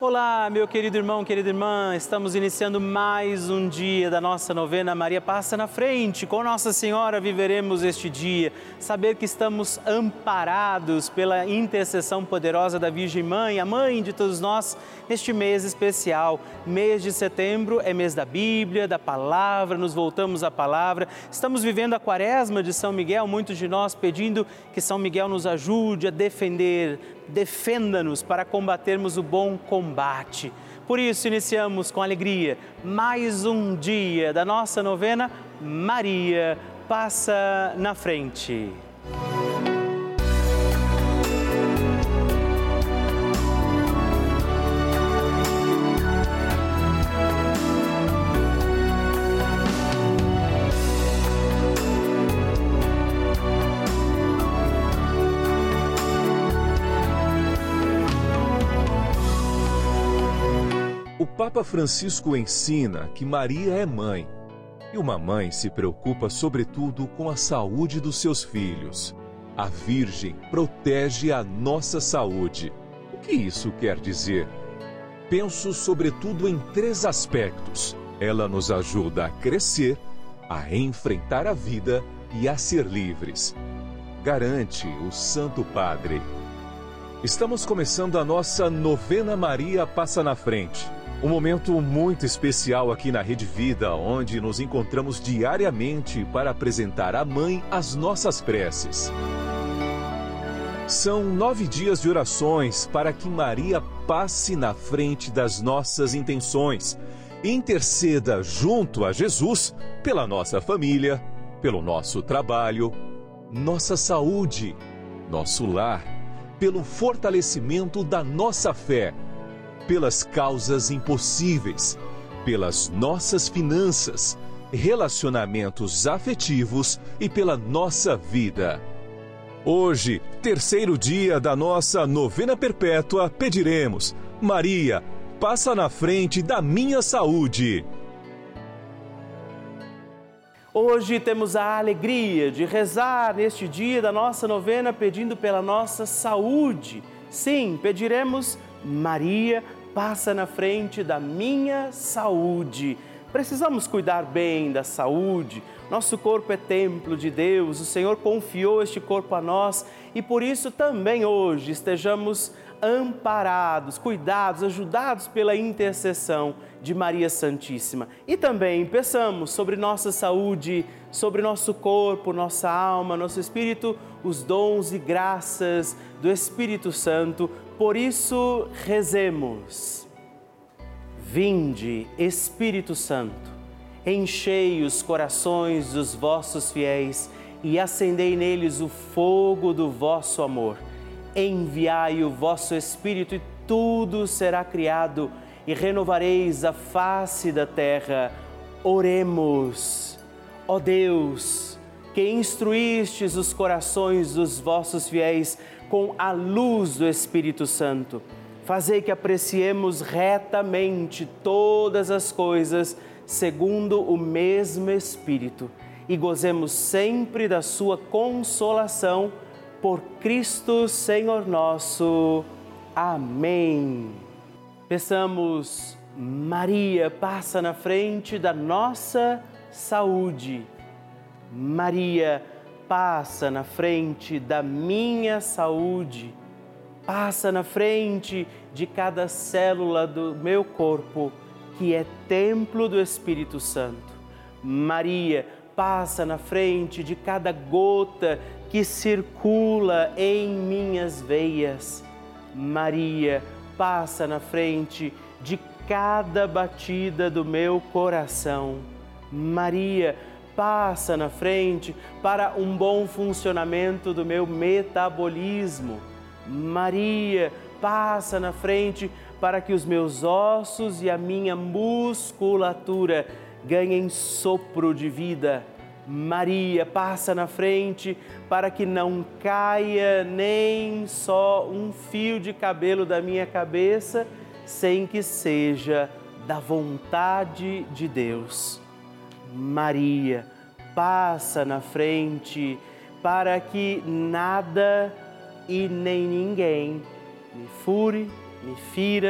Olá, meu querido irmão, querida irmã, estamos iniciando mais um dia da nossa novena Maria Passa na Frente. Com Nossa Senhora viveremos este dia, saber que estamos amparados pela intercessão poderosa da Virgem Mãe, a mãe de todos nós, neste mês especial. Mês de setembro é mês da Bíblia, da Palavra, nos voltamos à Palavra. Estamos vivendo a Quaresma de São Miguel, muitos de nós pedindo que São Miguel nos ajude a defenda-nos para combatermos o bom combate. Por isso, iniciamos com alegria mais um dia da nossa novena Maria Passa na Frente. O Papa Francisco ensina que Maria é mãe, e uma mãe se preocupa sobretudo com a saúde dos seus filhos. A Virgem protege a nossa saúde. O que isso quer dizer? Penso sobretudo em 3 aspectos. Ela nos ajuda a crescer, a enfrentar a vida e a ser livres. Garante o Santo Padre. Estamos começando a nossa novena Maria Passa na Frente. Um momento muito especial aqui na Rede Vida, onde nos encontramos diariamente para apresentar à Mãe as nossas preces. São 9 dias de orações para que Maria passe na frente das nossas intenções e interceda junto a Jesus pela nossa família, pelo nosso trabalho, nossa saúde, nosso lar, pelo fortalecimento da nossa fé, pelas causas impossíveis, pelas nossas finanças, relacionamentos afetivos e pela nossa vida. Hoje, terceiro dia da nossa novena perpétua, pediremos: Maria, passa na frente da minha saúde. Hoje temos a alegria de rezar neste dia da nossa novena pedindo pela nossa saúde. Sim, pediremos: Maria, passa na frente da minha saúde. Precisamos cuidar bem da saúde. Nosso corpo é templo de Deus, o Senhor confiou este corpo a nós e por isso também hoje estejamos amparados, cuidados, ajudados pela intercessão de Maria Santíssima. E também peçamos sobre nossa saúde, sobre nosso corpo, nossa alma, nosso espírito, os dons e graças do Espírito Santo. Por isso, rezemos. Vinde, Espírito Santo, enchei os corações dos vossos fiéis e acendei neles o fogo do vosso amor. Enviai o vosso Espírito e tudo será criado e renovareis a face da terra. Oremos. Ó Deus, que instruístes os corações dos vossos fiéis com a luz do Espírito Santo, fazei que apreciemos retamente todas as coisas segundo o mesmo Espírito e gozemos sempre da sua consolação por Cristo Senhor nosso. Amém. Peçamos: Maria, passa na frente da nossa saúde. Maria, passa na frente da minha saúde. Passa na frente de cada célula do meu corpo, que é templo do Espírito Santo. Maria, passa na frente de cada gota que circula em minhas veias. Maria, passa na frente de cada batida do meu coração. Maria, passa na frente para um bom funcionamento do meu metabolismo. Maria, passa na frente para que os meus ossos e a minha musculatura ganhem sopro de vida. Maria, passa na frente para que não caia nem só um fio de cabelo da minha cabeça sem que seja da vontade de Deus. Maria, passa na frente para que nada e nem ninguém me fure, me fira,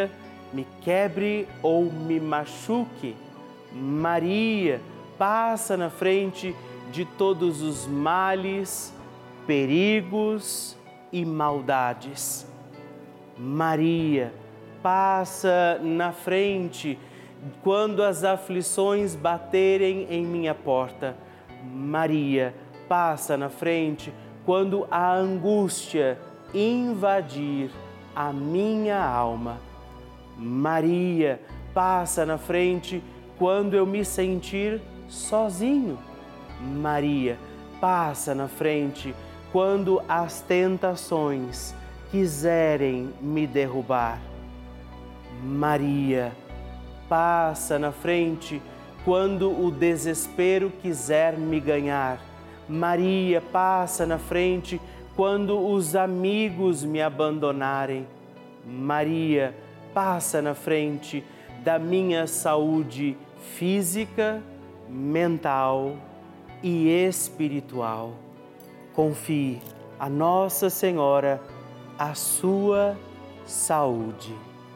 me quebre ou me machuque. Maria, passa na frente de todos os males, perigos e maldades. Maria, passa na frente quando as aflições baterem em minha porta. Maria, passa na frente quando a angústia invadir a minha alma. Maria, passa na frente quando eu me sentir sozinho. Maria, passa na frente quando as tentações quiserem me derrubar. Maria, passa na frente quando o desespero quiser me ganhar. Maria, passa na frente quando os amigos me abandonarem. Maria, passa na frente da minha saúde física, mental e espiritual. Confie a Nossa Senhora a sua saúde.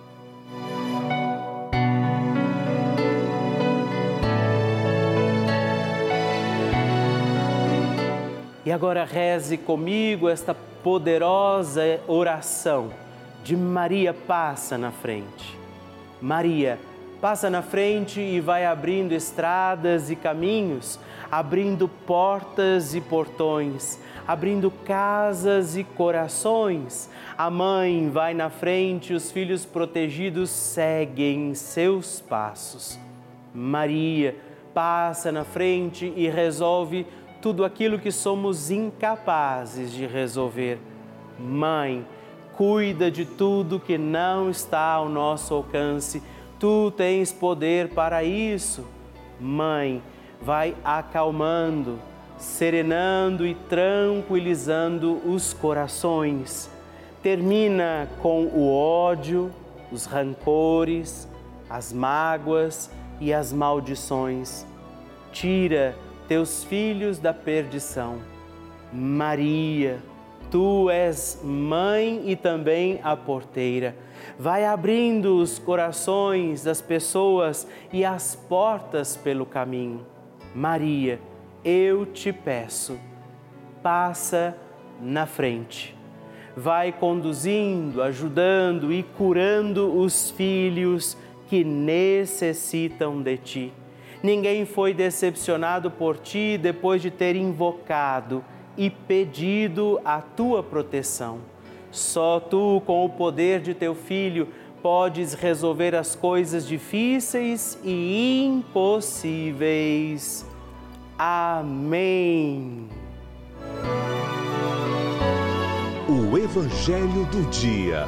E agora reze comigo esta poderosa oração de Maria passa na frente. Maria, passa na frente e vai abrindo estradas e caminhos, abrindo portas e portões, abrindo casas e corações. A mãe vai na frente, os filhos protegidos seguem seus passos. Maria, passa na frente e resolve tudo aquilo que somos incapazes de resolver. Mãe, cuida de tudo que não está ao nosso alcance. Tu tens poder para isso. Mãe, vai acalmando, serenando e tranquilizando os corações. Termina com o ódio, os rancores, as mágoas e as maldições. Tira teus filhos da perdição. Maria, tu és mãe e também a porteira. Vai abrindo os corações das pessoas e as portas pelo caminho. Maria, eu te peço, passa na frente. Vai conduzindo, ajudando e curando os filhos que necessitam de ti. Ninguém foi decepcionado por ti depois de ter invocado e pedido a tua proteção. Só tu, com o poder de teu Filho, podes resolver as coisas difíceis e impossíveis. Amém. O Evangelho do Dia.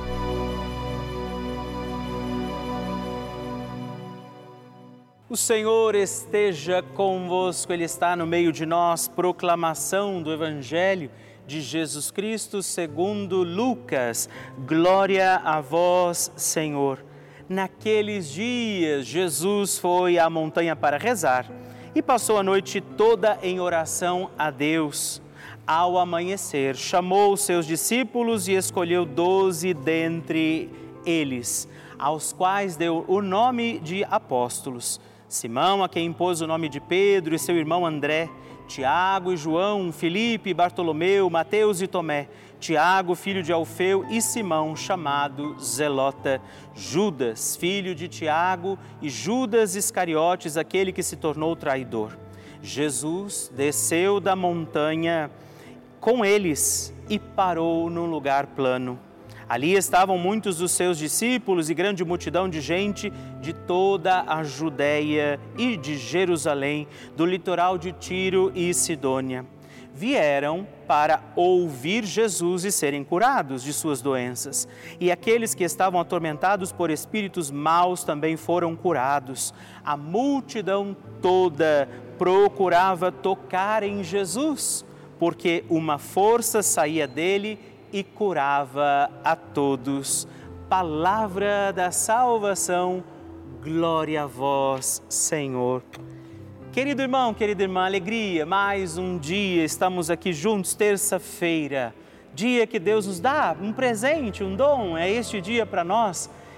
O Senhor esteja convosco, Ele está no meio de nós. Proclamação do Evangelho de Jesus Cristo segundo Lucas. Glória a vós, Senhor. Naqueles dias, Jesus foi à montanha para rezar e passou a noite toda em oração a Deus. Ao amanhecer, chamou os seus discípulos e escolheu 12 dentre eles, aos quais deu o nome de apóstolos. Simão, a quem impôs o nome de Pedro, e seu irmão André, Tiago e João, Filipe, Bartolomeu, Mateus e Tomé, Tiago, filho de Alfeu, e Simão, chamado Zelota, Judas, filho de Tiago, e Judas Iscariotes, aquele que se tornou traidor. Jesus desceu da montanha com eles e parou num lugar plano. Ali estavam muitos dos seus discípulos e grande multidão de gente de toda a Judéia e de Jerusalém, do litoral de Tiro e Sidônia. Vieram para ouvir Jesus e serem curados de suas doenças. E aqueles que estavam atormentados por espíritos maus também foram curados. A multidão toda procurava tocar em Jesus, porque uma força saía dele e curava a todos. Palavra da salvação, glória a vós, Senhor. Querido irmão, querida irmã, alegria, mais um dia, estamos aqui juntos, terça-feira, dia que Deus nos dá, um presente, um dom, é este dia para nós.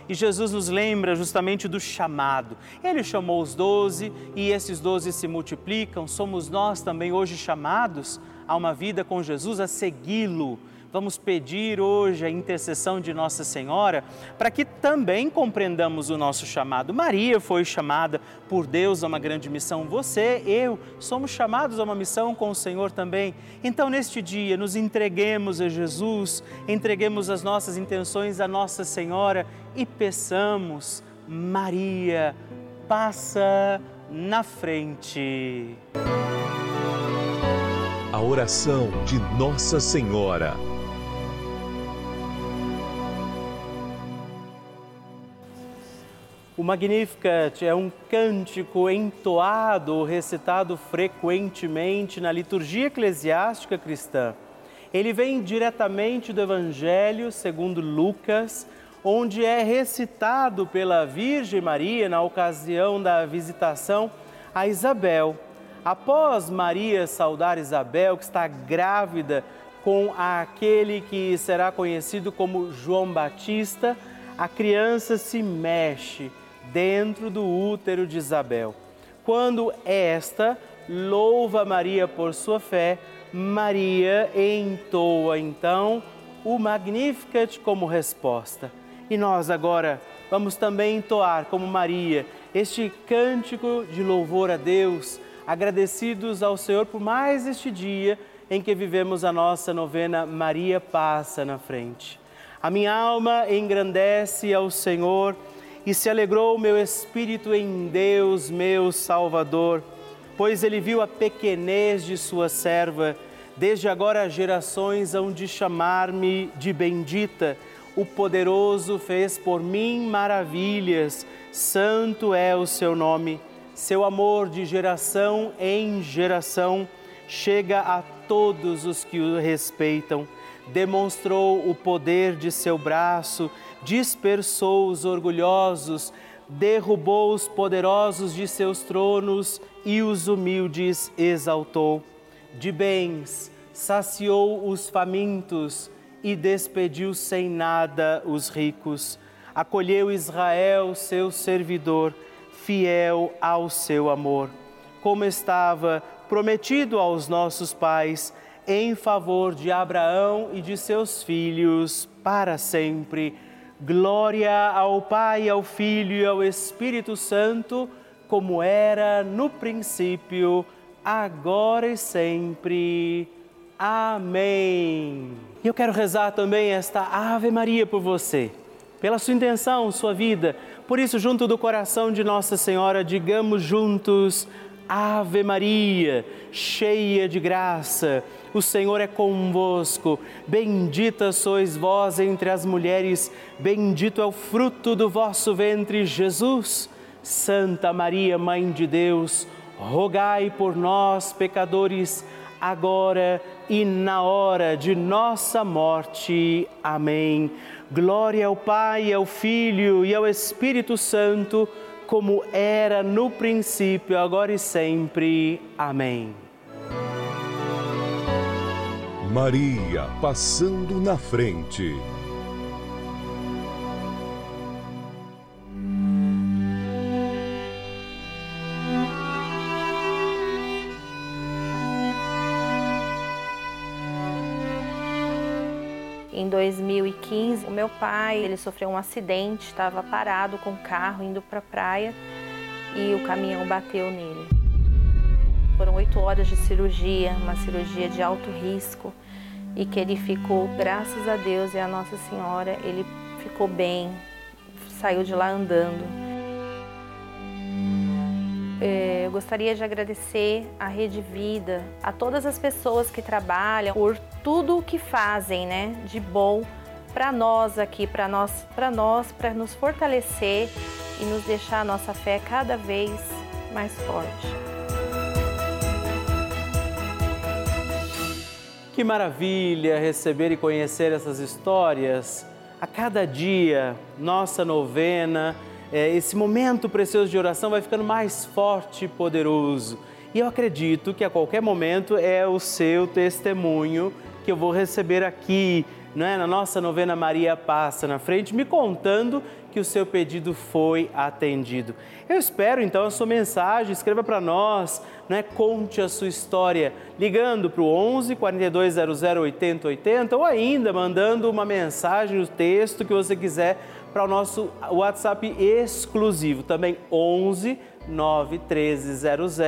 E Jesus nos lembra justamente do chamado. Ele chamou os 12 e esses 12 se multiplicam. Somos nós também hoje chamados a uma vida com Jesus, a segui-lo. Vamos pedir hoje a intercessão de Nossa Senhora para que também compreendamos o nosso chamado. Maria foi chamada por Deus a uma grande missão. Você, eu, somos chamados a uma missão com o Senhor também. Então, neste dia, nos entreguemos a Jesus, entreguemos as nossas intenções a Nossa Senhora e peçamos: Maria, passa na frente. A oração de Nossa Senhora. O Magnificat é um cântico entoado, recitado frequentemente na liturgia eclesiástica cristã. Ele vem diretamente do Evangelho segundo Lucas, onde é recitado pela Virgem Maria na ocasião da visitação a Isabel. Após Maria saudar Isabel, que está grávida com aquele que será conhecido como João Batista, a criança se mexe dentro do útero de Isabel. Quando esta louva Maria por sua fé, Maria entoa então o Magnificat como resposta. E nós agora vamos também entoar como Maria este cântico de louvor a Deus, agradecidos ao Senhor por mais este dia em que vivemos a nossa novena Maria Passa na Frente. A minha alma engrandece ao Senhor e se alegrou o meu espírito em Deus, meu Salvador, pois Ele viu a pequenez de sua serva. Desde agora as gerações hão de chamar-me de bendita. O Poderoso fez por mim maravilhas, santo é o seu nome. Seu amor de geração em geração chega a todos os que o respeitam. Demonstrou o poder de seu braço, dispersou os orgulhosos, derrubou os poderosos de seus tronos e os humildes exaltou. De bens saciou os famintos e despediu sem nada os ricos. Acolheu Israel, seu servidor, fiel ao seu amor, como estava prometido aos nossos pais, em favor de Abraão e de seus filhos para sempre. Glória ao Pai, ao Filho e ao Espírito Santo, como era no princípio, agora e sempre. Amém. E eu quero rezar também esta Ave Maria por você, pela sua intenção, sua vida. Por isso, junto do coração de Nossa Senhora, digamos juntos: Ave Maria, cheia de graça, o Senhor é convosco. Bendita sois vós entre as mulheres, bendito é o fruto do vosso ventre, Jesus. Santa Maria, Mãe de Deus, rogai por nós, pecadores, agora e na hora de nossa morte. Amém. Glória ao Pai, ao Filho e ao Espírito Santo, como era no princípio, agora e sempre. Amém. Maria passando na frente. Em 2015, o meu pai, ele sofreu um acidente, estava parado com o carro indo para a praia e o caminhão bateu nele. Foram 8 horas de cirurgia, uma cirurgia de alto risco, e que ele ficou, graças a Deus e a Nossa Senhora, ele ficou bem, saiu de lá andando. Eu gostaria de agradecer à Rede Vida, a todas as pessoas que trabalham, por tudo o que fazem, né, de bom para nós aqui, para nos fortalecer e nos deixar a nossa fé cada vez mais forte. Que maravilha receber e conhecer essas histórias. A cada dia, nossa novena, esse momento precioso de oração vai ficando mais forte e poderoso. E eu acredito que a qualquer momento é o seu testemunho que eu vou receber aqui, não é? Na nossa novena Maria Passa na Frente, me contando que o seu pedido foi atendido. Eu espero então a sua mensagem, escreva para nós, conte a sua história, ligando para o 11 4200 8080 ou ainda mandando uma mensagem, o texto que você quiser para o nosso WhatsApp exclusivo, também 11 91300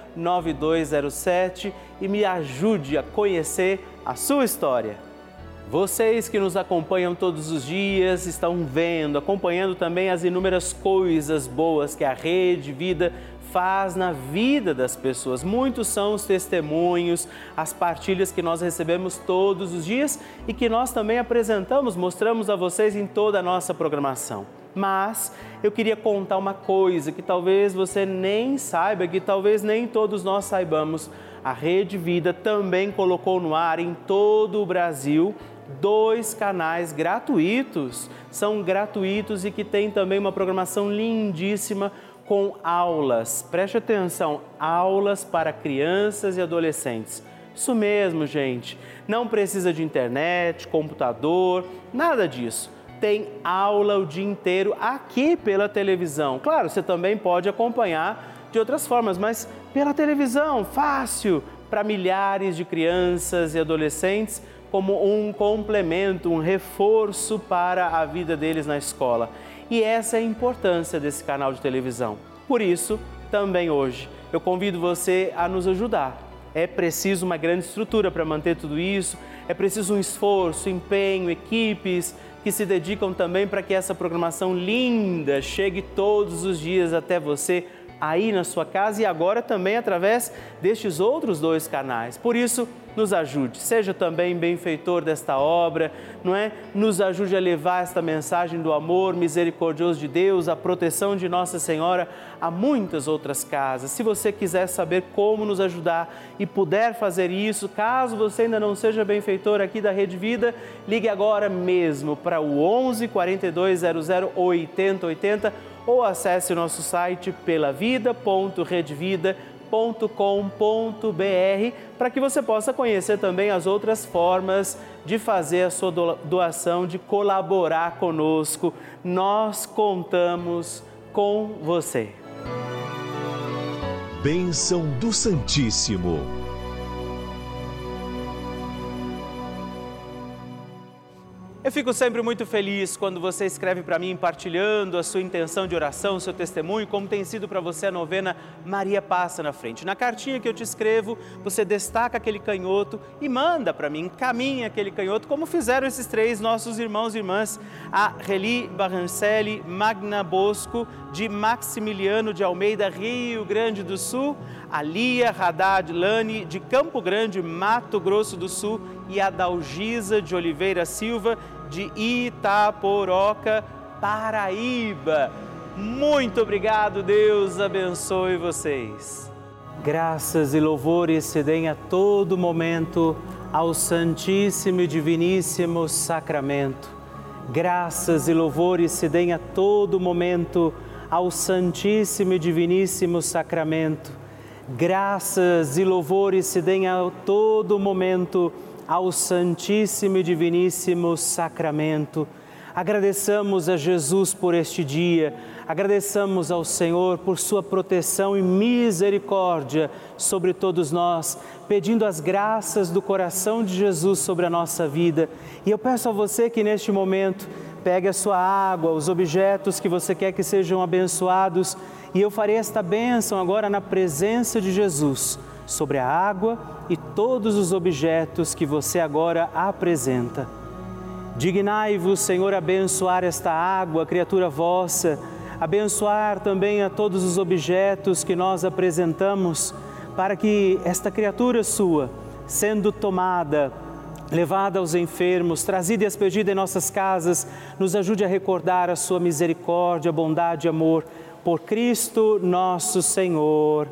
9207 e me ajude a conhecer a sua história. Vocês que nos acompanham todos os dias estão vendo, acompanhando também as inúmeras coisas boas que a Rede Vida faz na vida das pessoas. Muitos são os testemunhos, as partilhas que nós recebemos todos os dias e que nós também apresentamos, mostramos a vocês em toda a nossa programação. Mas eu queria contar uma coisa que talvez você nem saiba, que talvez nem todos nós saibamos. A Rede Vida também colocou no ar em todo o Brasil 2 canais gratuitos. São gratuitos e que tem também uma programação lindíssima com aulas. Preste atenção, aulas para crianças e adolescentes. Isso mesmo, gente. Não precisa de internet, computador, nada disso. Tem aula o dia inteiro aqui pela televisão. Claro, você também pode acompanhar de outras formas, mas pela televisão, fácil, para milhares de crianças e adolescentes, como um complemento, um reforço para a vida deles na escola. E essa é a importância desse canal de televisão. Por isso, também hoje, eu convido você a nos ajudar. É preciso uma grande estrutura para manter tudo isso, é preciso um esforço, empenho, equipes que se dedicam também para que essa programação linda chegue todos os dias até você, aí na sua casa e agora também através destes outros 2 canais. Por isso, nos ajude, seja também benfeitor desta obra, Nos ajude a levar esta mensagem do amor misericordioso de Deus, a proteção de Nossa Senhora a muitas outras casas. Se você quiser saber como nos ajudar e puder fazer isso, caso você ainda não seja benfeitor aqui da Rede Vida, ligue agora mesmo para o 11 4200 8080 ou acesse o nosso site pelavida.redvida.com.br para que você possa conhecer também as outras formas de fazer a sua doação, de colaborar conosco. Nós contamos com você. Bênção do Santíssimo. Eu fico sempre muito feliz quando você escreve para mim partilhando a sua intenção de oração, o seu testemunho, como tem sido para você a novena Maria Passa na Frente. Na cartinha que eu te escrevo, você destaca aquele canhoto e manda para mim, encaminha aquele canhoto, como fizeram esses 3 nossos irmãos e irmãs, a Reli Barrancelli Magna Bosco, de Maximiliano de Almeida, Rio Grande do Sul, a Lia Haddad Lani, de Campo Grande, Mato Grosso do Sul, e a Dalgisa de Oliveira Silva, de Itaporoca, Paraíba. Muito obrigado, Deus abençoe vocês. Graças e louvores se deem a todo momento ao Santíssimo e Diviníssimo Sacramento. Graças e louvores se deem a todo momento ao Santíssimo e Diviníssimo Sacramento. Graças e louvores se deem a todo momento ao Santíssimo e Diviníssimo Sacramento. Agradeçamos a Jesus por este dia, agradeçamos ao Senhor por sua proteção e misericórdia sobre todos nós, pedindo as graças do coração de Jesus sobre a nossa vida. E eu peço a você que neste momento pegue a sua água, os objetos que você quer que sejam abençoados, e eu farei esta bênção agora na presença de Jesus, sobre a água e todos os objetos que você agora apresenta. Dignai-vos, Senhor, abençoar esta água, criatura vossa, abençoar também a todos os objetos que nós apresentamos, para que esta criatura sua, sendo tomada, levada aos enfermos, trazida e expedida em nossas casas, nos ajude a recordar a sua misericórdia, bondade e amor, por Cristo nosso Senhor.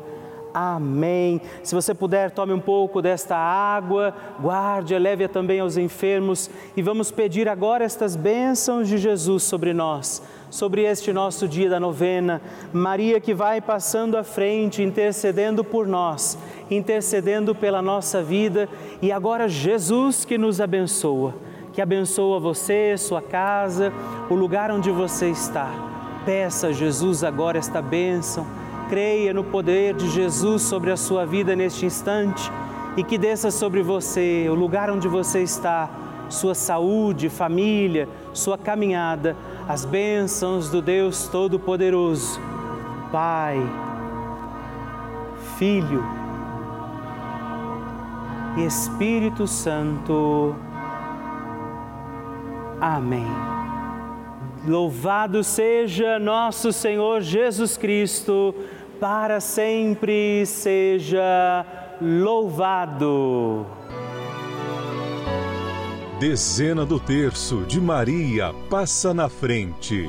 Amém. Se você puder, tome um pouco desta água, guarde-a, leve-a também aos enfermos e vamos pedir agora estas bênçãos de Jesus sobre nós, sobre este nosso dia da novena. Maria que vai passando à frente, intercedendo por nós, intercedendo pela nossa vida, e agora Jesus que nos abençoa. que abençoa você, sua casa, o lugar onde você está. Peça a Jesus agora esta bênção, creia no poder de Jesus sobre a sua vida neste instante e que desça sobre você, o lugar onde você está, sua saúde, família, sua caminhada, as bênçãos do Deus Todo-Poderoso. Pai, Filho e Espírito Santo. Amém. Louvado seja nosso Senhor Jesus Cristo, para sempre seja louvado. Dezena do Terço de Maria passa na frente.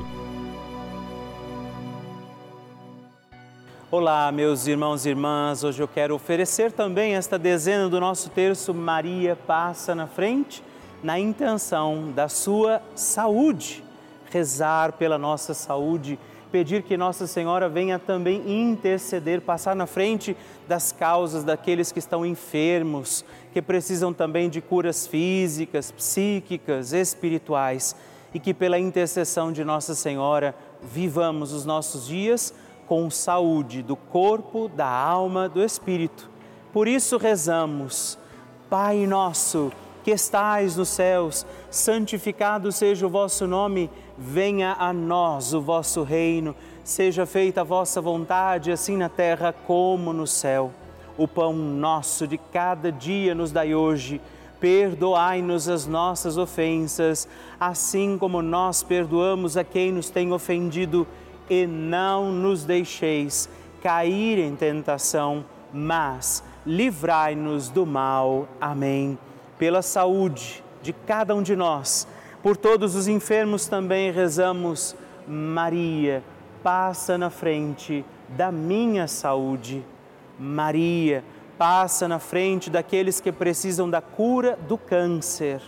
Olá, meus irmãos e irmãs. Hoje eu quero oferecer também esta dezena do nosso terço Maria passa na frente, na intenção da sua saúde. Rezar pela nossa saúde, pedir que Nossa Senhora venha também interceder, passar na frente das causas daqueles que estão enfermos, que precisam também de curas físicas, psíquicas, espirituais, e que pela intercessão de Nossa Senhora vivamos os nossos dias com saúde do corpo, da alma, do espírito. Por isso rezamos: Pai nosso, que estais nos céus, santificado seja o vosso nome, venha a nós o vosso reino, seja feita a vossa vontade, assim na terra como no céu. O pão nosso de cada dia nos dai hoje, perdoai-nos as nossas ofensas, assim como nós perdoamos a quem nos tem ofendido, e não nos deixeis cair em tentação, mas livrai-nos do mal. Amém. Pela saúde de cada um de nós, por todos os enfermos também rezamos: Maria, passa na frente da minha saúde. Maria, passa na frente daqueles que precisam da cura do câncer.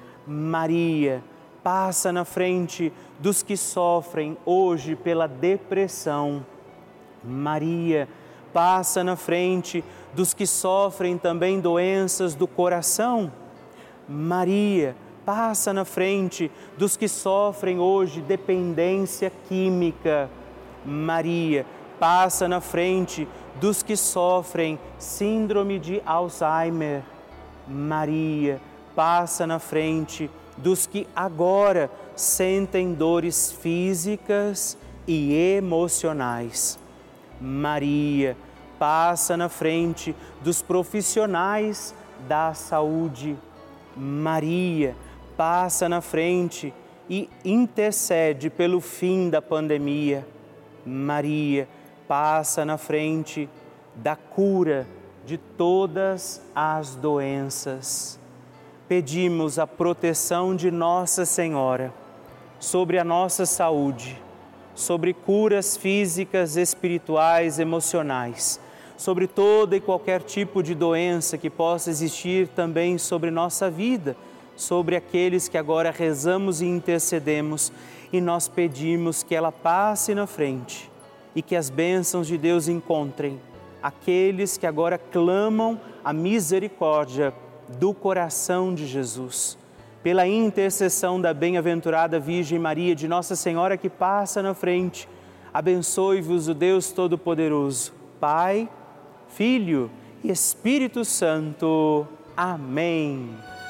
Maria, passa na frente dos que sofrem hoje pela depressão. Maria, passa na frente dos que sofrem também doenças do coração. Maria, passa na frente dos que sofrem hoje dependência química. Maria, passa na frente dos que sofrem síndrome de Alzheimer. Maria, passa na frente dos que agora sentem dores físicas e emocionais. Maria, passa na frente dos profissionais da saúde. Maria, passa na frente e intercede pelo fim da pandemia. Maria, passa na frente da cura de todas as doenças. Pedimos a proteção de Nossa Senhora sobre a nossa saúde, sobre curas físicas, espirituais, emocionais, sobre toda e qualquer tipo de doença que possa existir também sobre nossa vida, sobre aqueles que agora rezamos e intercedemos, e nós pedimos que ela passe na frente e que as bênçãos de Deus encontrem aqueles que agora clamam a misericórdia do coração de Jesus. Pela intercessão da bem-aventurada Virgem Maria, de Nossa Senhora que passa na frente, abençoe-vos o Deus Todo-Poderoso, Pai, Filho e Espírito Santo. Amém.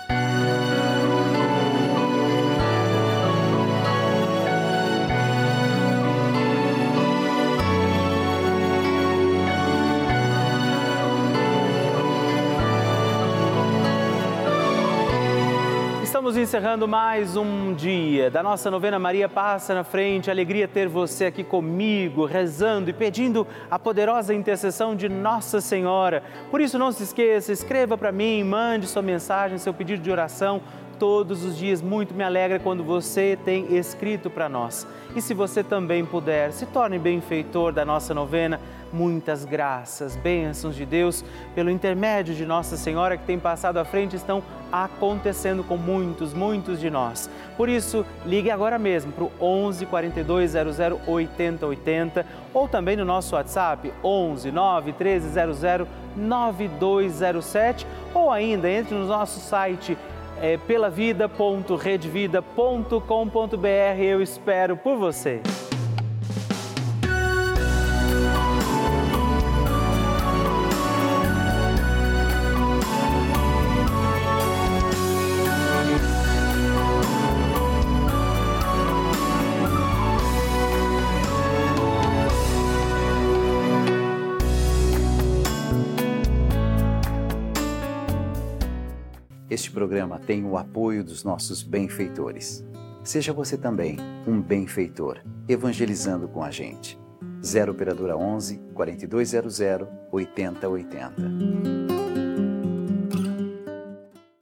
Estamos encerrando mais um dia da nossa novena Maria Passa na Frente. Alegria ter você aqui comigo, rezando e pedindo a poderosa intercessão de Nossa Senhora. Por isso não se esqueça, escreva para mim, mande sua mensagem, seu pedido de oração todos os dias. Muito me alegra quando você tem escrito para nós. E se você também puder, se torne benfeitor da nossa novena. Muitas graças, bênçãos de Deus, pelo intermédio de Nossa Senhora que tem passado à frente, estão acontecendo com muitos de nós. Por isso, ligue agora mesmo para o 11 42 00 80 80 ou também no nosso WhatsApp 11 9 13 00 9207 ou ainda entre no nosso site pelavida.redvida.com.br. Eu espero por você. Este programa tem o apoio dos nossos benfeitores. Seja você também um benfeitor, evangelizando com a gente. 0 Operadora 11 4200 8080.